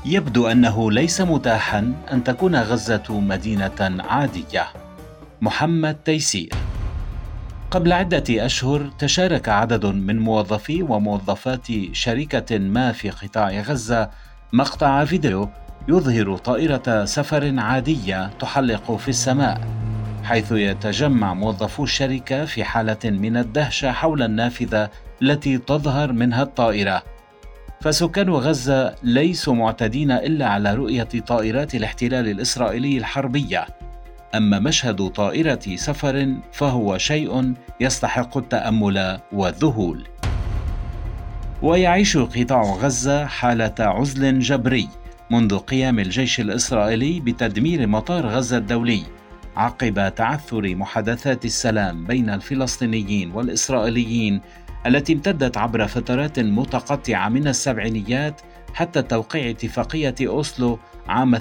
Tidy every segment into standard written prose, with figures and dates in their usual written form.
يبدو أنه ليس متاحاً أن تكون غزة مدينة عادية. محمد تيسير. قبل عدة أشهر تشارك عدد من موظفي وموظفات شركة ما في قطاع غزة مقطع فيديو يظهر طائرة سفر عادية تحلق في السماء، حيث يتجمع موظفو الشركة في حالة من الدهشة حول النافذة التي تظهر منها الطائرة. فسكان غزة ليسوا معتادين إلا على رؤية طائرات الاحتلال الإسرائيلي الحربية، أما مشهد طائرة سفر فهو شيء يستحق التأمل والذهول. ويعيش قطاع غزة حالة عزل جبري منذ قيام الجيش الإسرائيلي بتدمير مطار غزة الدولي، عقب تعثر محادثات السلام بين الفلسطينيين والإسرائيليين التي امتدت عبر فترات متقطعة من السبعينيات حتى توقيع اتفاقية أوسلو عام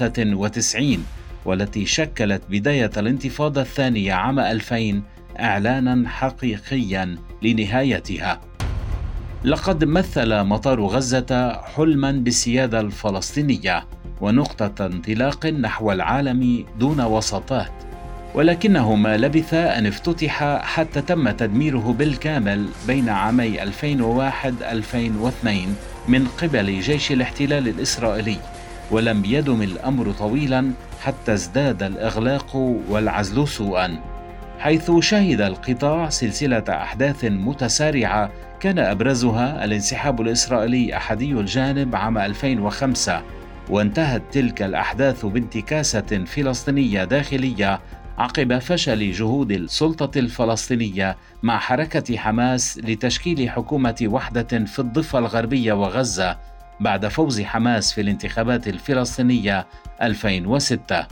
93، والتي شكلت بداية الانتفاضة الثانية عام 2000 إعلاناً حقيقياً لنهايتها. لقد مثل مطار غزة حلماً بالسيادة الفلسطينية ونقطة انطلاق نحو العالم دون وساطات، ولكنه ما لبث أن افتتح حتى تم تدميره بالكامل بين عامي 2001-2002 من قبل جيش الاحتلال الإسرائيلي، ولم يدم الأمر طويلاً حتى ازداد الإغلاق والعزل سوءاً، حيث شهد القطاع سلسلة أحداث متسارعة كان أبرزها الانسحاب الإسرائيلي أحادي الجانب عام 2005، وانتهت تلك الأحداث بانتكاسة فلسطينية داخلية عقب فشل جهود السلطة الفلسطينية مع حركة حماس لتشكيل حكومة وحدة في الضفة الغربية وغزة بعد فوز حماس في الانتخابات الفلسطينية 2006.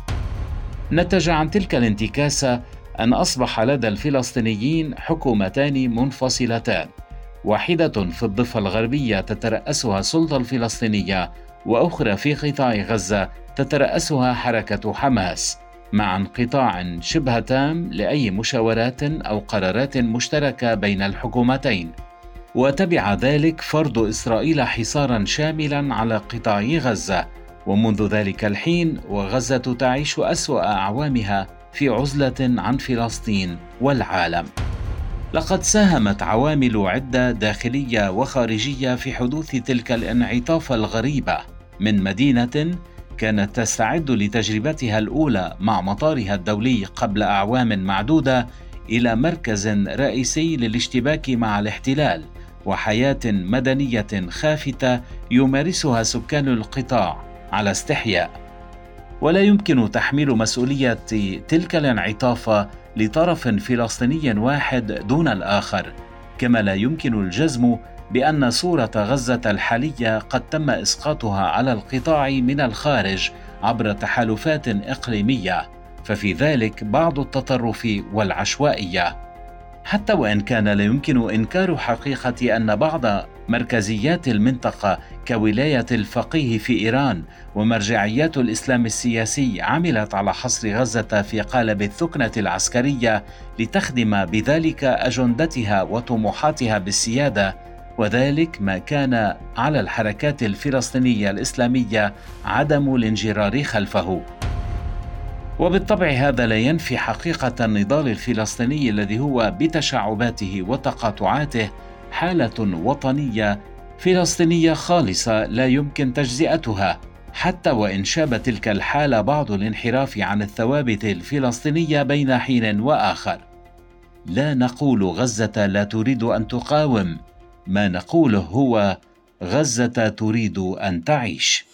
نتج عن تلك الانتكاسة أن أصبح لدى الفلسطينيين حكومتان منفصلتان، واحدة في الضفة الغربية تترأسها السلطة الفلسطينية، وأخرى في قطاع غزة تترأسها حركة حماس، مع انقطاع شبه تام لأي مشاورات أو قرارات مشتركة بين الحكومتين. وتبع ذلك فرض إسرائيل حصاراً شاملاً على قطاع غزة، ومنذ ذلك الحين وغزة تعيش أسوأ أعوامها في عزلة عن فلسطين والعالم. لقد ساهمت عوامل عدة داخلية وخارجية في حدوث تلك الانعطاف الغريبة، من مدينة كانت تستعد لتجربتها الأولى مع مطارها الدولي قبل أعوام معدودة إلى مركز رئيسي للاشتباك مع الاحتلال وحياة مدنية خافتة يمارسها سكان القطاع على استحياء. ولا يمكن تحميل مسؤولية تلك الانعطاف لطرف فلسطيني واحد دون الآخر، كما لا يمكن الجزم بأن صورة غزة الحالية قد تم إسقاطها على القطاع من الخارج عبر تحالفات إقليمية، ففي ذلك بعض التطرف والعشوائية. حتى وإن كان لا يمكن إنكار حقيقة أن بعض مركزيات المنطقة كولاية الفقيه في إيران ومرجعيات الإسلام السياسي عملت على حصر غزة في قالب الثكنة العسكرية لتخدم بذلك أجندتها وطموحاتها بالسيادة، وذلك ما كان على الحركات الفلسطينية الإسلامية عدم الانجرار خلفه. وبالطبع هذا لا ينفي حقيقة النضال الفلسطيني الذي هو بتشعباته وتقاطعاته حالة وطنية فلسطينية خالصة لا يمكن تجزئتها، حتى وإن شاب تلك الحالة بعض الانحراف عن الثوابت الفلسطينية بين حين وآخر. لا نقول غزة لا تريد أن تقاوم، ما نقوله هو غزة تريد أن تعيش.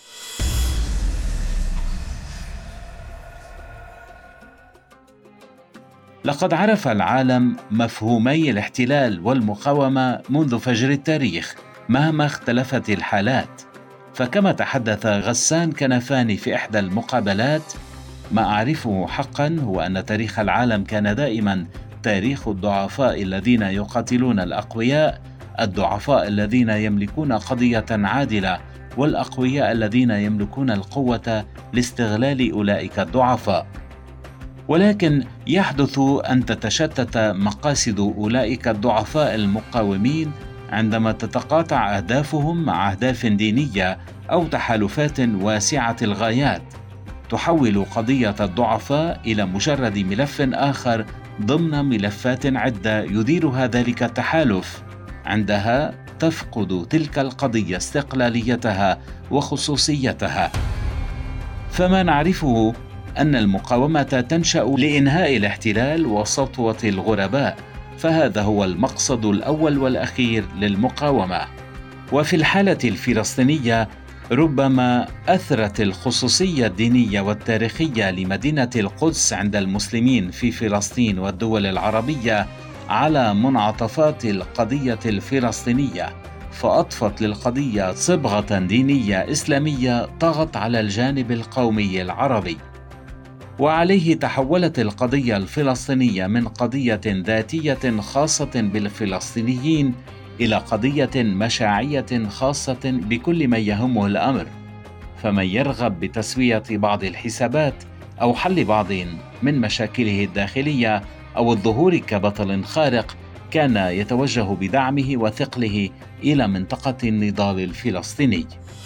لقد عرف العالم مفهومي الاحتلال والمقاومة منذ فجر التاريخ مهما اختلفت الحالات، فكما تحدث غسان كنفاني في إحدى المقابلات: ما أعرفه حقا هو أن تاريخ العالم كان دائما تاريخ الضعفاء الذين يقاتلون الأقوياء، الضعفاء الذين يملكون قضية عادلة، والأقوياء الذين يملكون القوة لاستغلال أولئك الضعفاء. ولكن يحدث أن تتشتت مقاصد أولئك الضعفاء المقاومين عندما تتقاطع أهدافهم مع أهداف دينية أو تحالفات واسعة الغايات، تحول قضية الضعفاء إلى مجرد ملف آخر ضمن ملفات عدة يديرها ذلك التحالف. عندها تفقد تلك القضية استقلاليتها وخصوصيتها. فما نعرفه أن المقاومة تنشأ لإنهاء الاحتلال وسطوة الغرباء، فهذا هو المقصد الأول والأخير للمقاومة. وفي الحالة الفلسطينية ربما أثرت الخصوصية الدينية والتاريخية لمدينة القدس عند المسلمين في فلسطين والدول العربية على منعطفات القضية الفلسطينية، فأضفت للقضية صبغة دينية إسلامية طغت على الجانب القومي العربي. وعليه تحولت القضية الفلسطينية من قضية ذاتية خاصة بالفلسطينيين إلى قضية مشاعية خاصة بكل من يهمه الأمر. فمن يرغب بتسوية بعض الحسابات أو حل بعض من مشاكله الداخلية أو الظهور كبطل خارق كان يتوجه بدعمه وثقله إلى منطقة النضال الفلسطيني.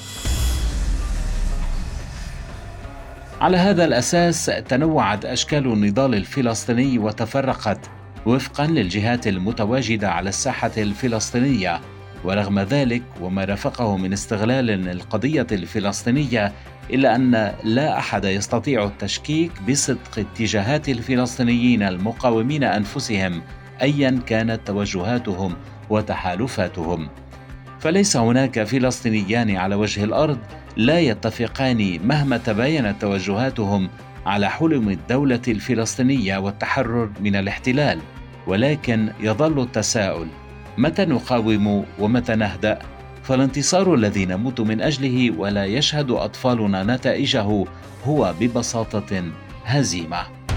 على هذا الأساس تنوعت أشكال النضال الفلسطيني وتفرقت وفقاً للجهات المتواجدة على الساحة الفلسطينية. ورغم ذلك وما رافقه من استغلال للقضية الفلسطينية، إلا أن لا أحد يستطيع التشكيك بصدق اتجاهات الفلسطينيين المقاومين أنفسهم أياً كانت توجهاتهم وتحالفاتهم. فليس هناك فلسطينيان على وجه الأرض لا يتفقان مهما تباينت توجهاتهم على حلم الدولة الفلسطينية والتحرر من الاحتلال، ولكن يظل التساؤل: متى نقاوم ومتى نهدأ؟ فالانتصار الذي نموت من أجله ولا يشهد أطفالنا نتائجه هو ببساطة هزيمة.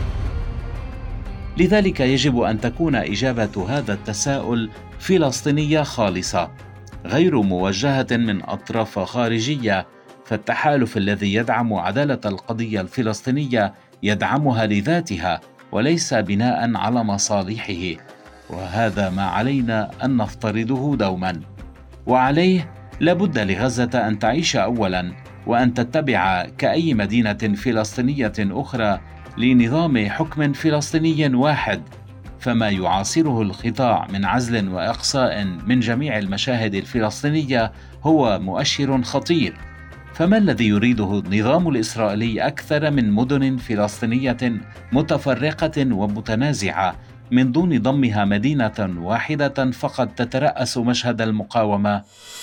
لذلك يجب أن تكون إجابة هذا التساؤل فلسطينية خالصة، غير موجهة من أطراف خارجية. فالتحالف الذي يدعم عدالة القضية الفلسطينية يدعمها لذاتها وليس بناء على مصالحه، وهذا ما علينا أن نفترضه دوما. وعليه لابد لغزة أن تعيش أولا وأن تتبع كأي مدينة فلسطينية أخرى لنظام حكم فلسطيني واحد. فما يعاصره القطاع من عزل وإقصاء من جميع المشاهد الفلسطينية هو مؤشر خطير. فما الذي يريده النظام الإسرائيلي أكثر من مدن فلسطينية متفرقة ومتنازعة من دون ضمها مدينة واحدة فقط تترأس مشهد المقاومة؟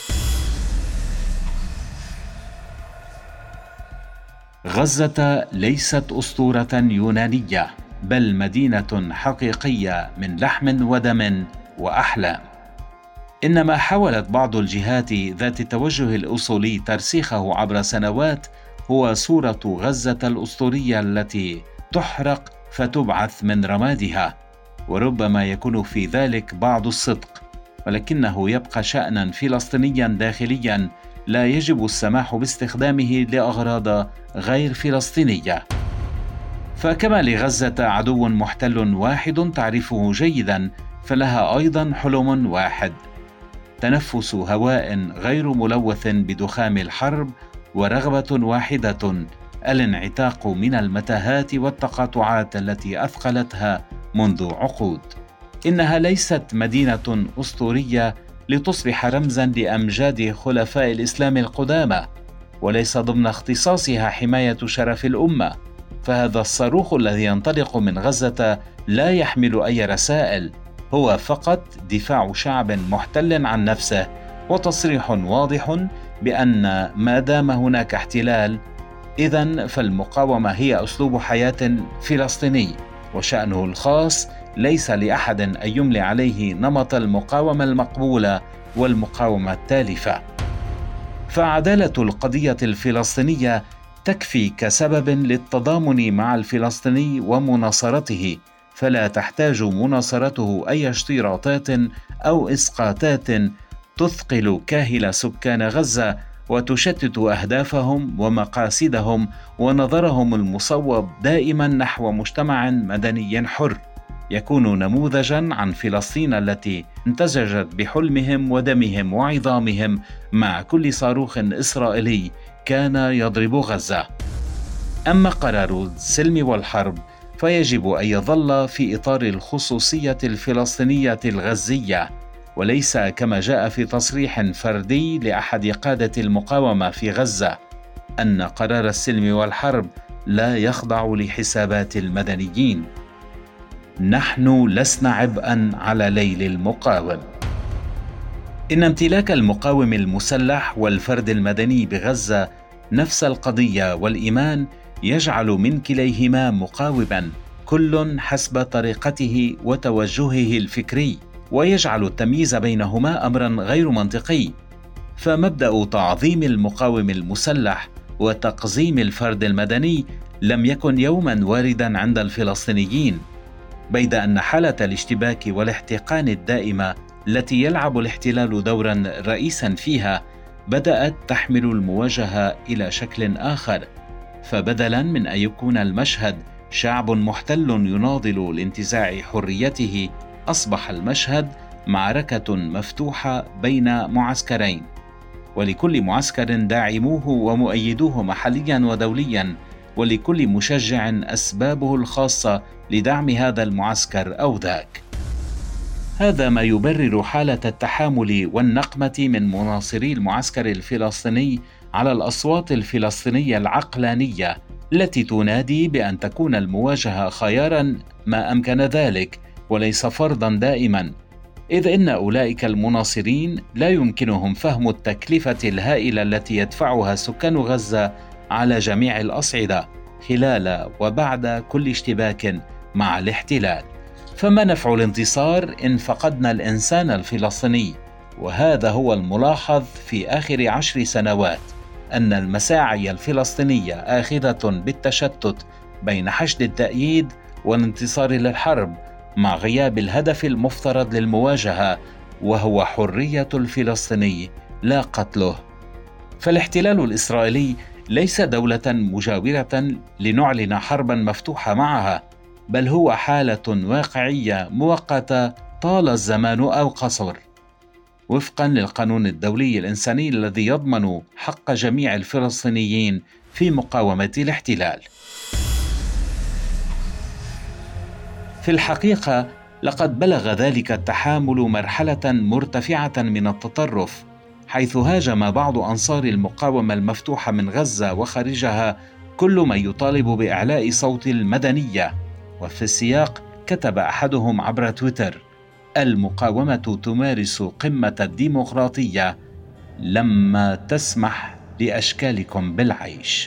غزة ليست أسطورة يونانية، بل مدينة حقيقية من لحم ودم وأحلام. إنما حاولت بعض الجهات ذات التوجه الأصولي ترسيخه عبر سنوات هو صورة غزة الأسطورية التي تحرق فتبعث من رمادها، وربما يكون في ذلك بعض الصدق، ولكنه يبقى شأناً فلسطينياً داخلياً لا يجب السماح باستخدامه لأغراض غير فلسطينية. فكما لغزة عدو محتل واحد تعرفه جيداً، فلها أيضاً حلم واحد: تنفس هواء غير ملوث بدخان الحرب، ورغبة واحدة: الانعتاق من المتاهات والتقاطعات التي أثقلتها منذ عقود. إنها ليست مدينة أسطورية لتصبح رمزاً لأمجاد خلفاء الإسلام القدامى، وليس ضمن اختصاصها حماية شرف الأمة. فهذا الصاروخ الذي ينطلق من غزة لا يحمل أي رسائل، هو فقط دفاع شعب محتل عن نفسه وتصريح واضح بأن ما دام هناك احتلال إذن فالمقاومة هي أسلوب حياة فلسطيني، وشأنه الخاص ليس لأحد أن يملي عليه نمط المقاومة المقبولة والمقاومة التالفة. فعدالة القضية الفلسطينية تكفي كسبب للتضامن مع الفلسطيني ومناصرته، فلا تحتاج مناصرته أي اشتراطات أو إسقاطات تثقل كاهل سكان غزة وتشتت أهدافهم ومقاصدهم ونظرهم المصوب دائما نحو مجتمع مدني حر يكون نموذجاً عن فلسطين التي امتزجت بحلمهم ودمهم وعظامهم مع كل صاروخ إسرائيلي كان يضرب غزة. أما قرار السلم والحرب فيجب أن يظل في إطار الخصوصية الفلسطينية الغزية، وليس كما جاء في تصريح فردي لأحد قادة المقاومة في غزة أن قرار السلم والحرب لا يخضع لحسابات المدنيين. نحن لسنا عبئاً على ليل المقاوم. إن امتلاك المقاوم المسلح والفرد المدني بغزة نفس القضية والإيمان يجعل من كليهما مقاوماً، كل حسب طريقته وتوجهه الفكري، ويجعل التمييز بينهما أمراً غير منطقي. فمبدأ تعظيم المقاوم المسلح وتقزيم الفرد المدني لم يكن يوماً وارداً عند الفلسطينيين، بيد أن حالة الاشتباك والاحتقان الدائمة التي يلعب الاحتلال دورا رئيسا فيها بدأت تحمل المواجهة إلى شكل آخر. فبدلا من أن يكون المشهد شعب محتل يناضل لانتزاع حريته، أصبح المشهد معركة مفتوحة بين معسكرين، ولكل معسكر داعموه ومؤيدوه محليا ودوليا، ولكل مشجع أسبابه الخاصة لدعم هذا المعسكر أو ذاك. هذا ما يبرر حالة التحامل والنقمة من مناصري المعسكر الفلسطيني على الأصوات الفلسطينية العقلانية التي تنادي بأن تكون المواجهة خياراً ما أمكن ذلك وليس فرضاً دائماً، إذ إن أولئك المناصرين لا يمكنهم فهم التكلفة الهائلة التي يدفعها سكان غزة على جميع الأصعدة خلال وبعد كل اشتباك مع الاحتلال. فما نفع الانتصار إن فقدنا الإنسان الفلسطيني؟ وهذا هو الملاحظ في آخر 10 سنوات، أن المساعي الفلسطينية آخذة بالتشتت بين حشد التأييد والانتصار للحرب، مع غياب الهدف المفترض للمواجهة، وهو حرية الفلسطيني لا قتله. فالاحتلال الإسرائيلي ليس دولة مجاورة لنعلن حربا مفتوحة معها، بل هو حالة واقعية مؤقتة طال الزمان أو قصر، وفقا للقانون الدولي الإنساني الذي يضمن حق جميع الفلسطينيين في مقاومة الاحتلال. في الحقيقة لقد بلغ ذلك التحامل مرحلة مرتفعة من التطرف، حيث هاجم بعض أنصار المقاومة المفتوحة من غزة وخارجها كل من يطالب بإعلاء صوت المدنية. وفي السياق كتب أحدهم عبر تويتر: المقاومة تمارس قمة الديمقراطية لما تسمح لأشكالكم بالعيش.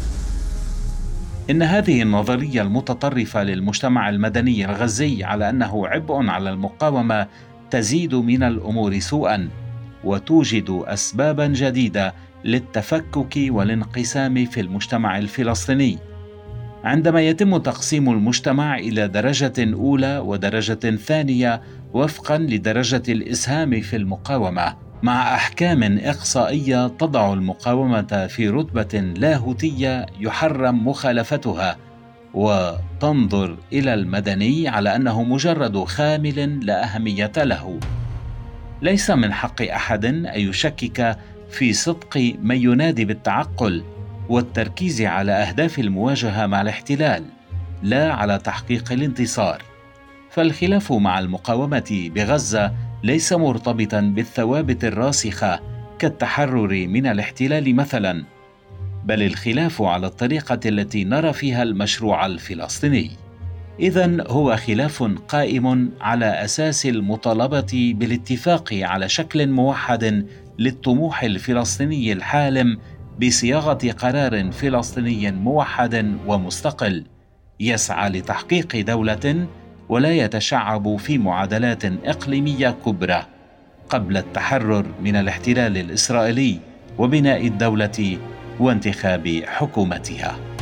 إن هذه النظرية المتطرفة للمجتمع المدني الغزي على أنه عبء على المقاومة تزيد من الأمور سوءاً، وتوجد أسباباً جديدة للتفكك والانقسام في المجتمع الفلسطيني. عندما يتم تقسيم المجتمع إلى درجة أولى ودرجة ثانية وفقاً لدرجة الإسهام في المقاومة، مع أحكام إقصائية تضع المقاومة في رتبة لاهوتية يحرم مخالفتها، وتنظر إلى المدني على أنه مجرد خامل لا أهمية له. ليس من حق أحد أن يشكك في صدق من ينادي بالتعقل والتركيز على أهداف المواجهة مع الاحتلال، لا على تحقيق الانتصار. فالخلاف مع المقاومة بغزة ليس مرتبطاً بالثوابت الراسخة كالتحرر من الاحتلال مثلاً، بل الخلاف على الطريقة التي نرى فيها المشروع الفلسطيني. إذن هو خلاف قائم على أساس المطالبة بالاتفاق على شكل موحد للطموح الفلسطيني الحالم بصياغة قرار فلسطيني موحد ومستقل يسعى لتحقيق دولة ولا يتشعب في معادلات إقليمية كبرى قبل التحرر من الاحتلال الإسرائيلي وبناء الدولة وانتخاب حكومتها.